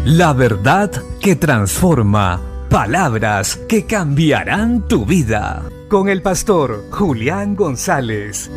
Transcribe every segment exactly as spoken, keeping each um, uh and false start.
La verdad que transforma. Palabras que cambiarán tu vida. Con el pastor Julián González.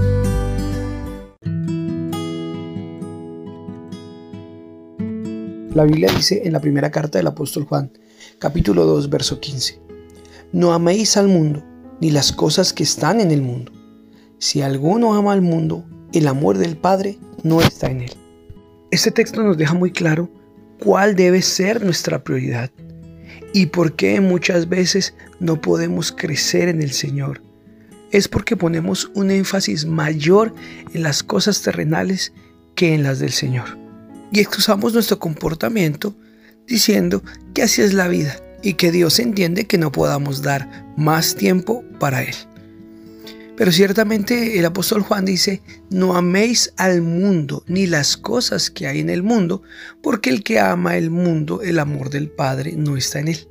La Biblia dice en la primera carta del apóstol Juan, capítulo dos, verso quince: No améis al mundo, ni las cosas que están en el mundo. Si alguno ama al mundo, el amor del Padre no está en él. Este texto nos deja muy claro cuál debe ser nuestra prioridad y por qué muchas veces no podemos crecer en el Señor. Es porque ponemos un énfasis mayor en las cosas terrenales que en las del Señor. Y excusamos nuestro comportamiento diciendo que así es la vida y que Dios entiende que no podamos dar más tiempo para Él. Pero ciertamente el apóstol Juan dice: no améis al mundo ni las cosas que hay en el mundo, porque el que ama el mundo, el amor del Padre no está en él.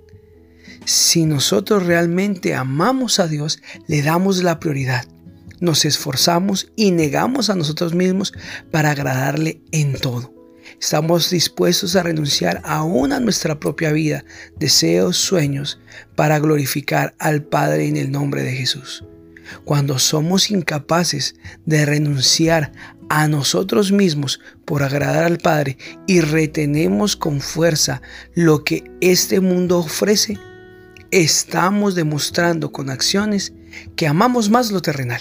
Si nosotros realmente amamos a Dios, le damos la prioridad, nos esforzamos y negamos a nosotros mismos para agradarle en todo. Estamos dispuestos a renunciar aún a nuestra propia vida, deseos, sueños, para glorificar al Padre en el nombre de Jesús. Cuando somos incapaces de renunciar a nosotros mismos por agradar al Padre y retenemos con fuerza lo que este mundo ofrece, estamos demostrando con acciones que amamos más lo terrenal.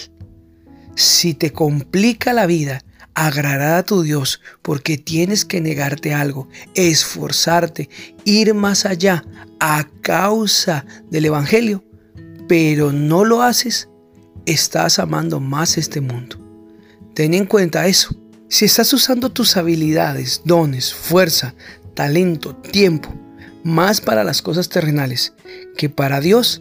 Si te complica la vida agradar a tu Dios porque tienes que negarte algo, esforzarte, ir más allá a causa del Evangelio, pero no lo haces, estás amando más este mundo. Ten en cuenta eso. Si estás usando tus habilidades, dones, fuerza, talento, tiempo, más para las cosas terrenales que para Dios,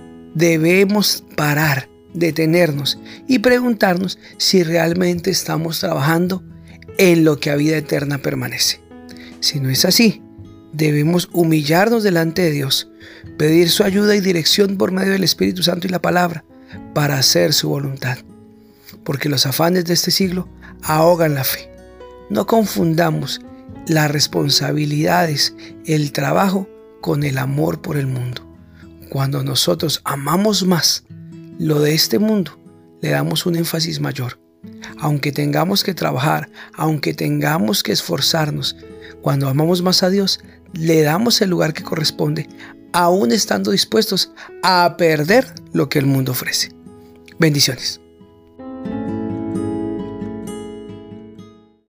debemos parar, detenernos y preguntarnos si realmente estamos trabajando en lo que a vida eterna permanece. Si no es así, debemos humillarnos delante de Dios, pedir su ayuda y dirección por medio del Espíritu Santo y la palabra, para hacer su voluntad, porque los afanes de este siglo ahogan la fe. No confundamos las responsabilidades, el trabajo, con el amor por el mundo. Cuando nosotros amamos más lo de este mundo, le damos un énfasis mayor. Aunque tengamos que trabajar, aunque tengamos que esforzarnos, cuando amamos más a Dios, le damos el lugar que corresponde, aún estando dispuestos a perder lo que el mundo ofrece. Bendiciones.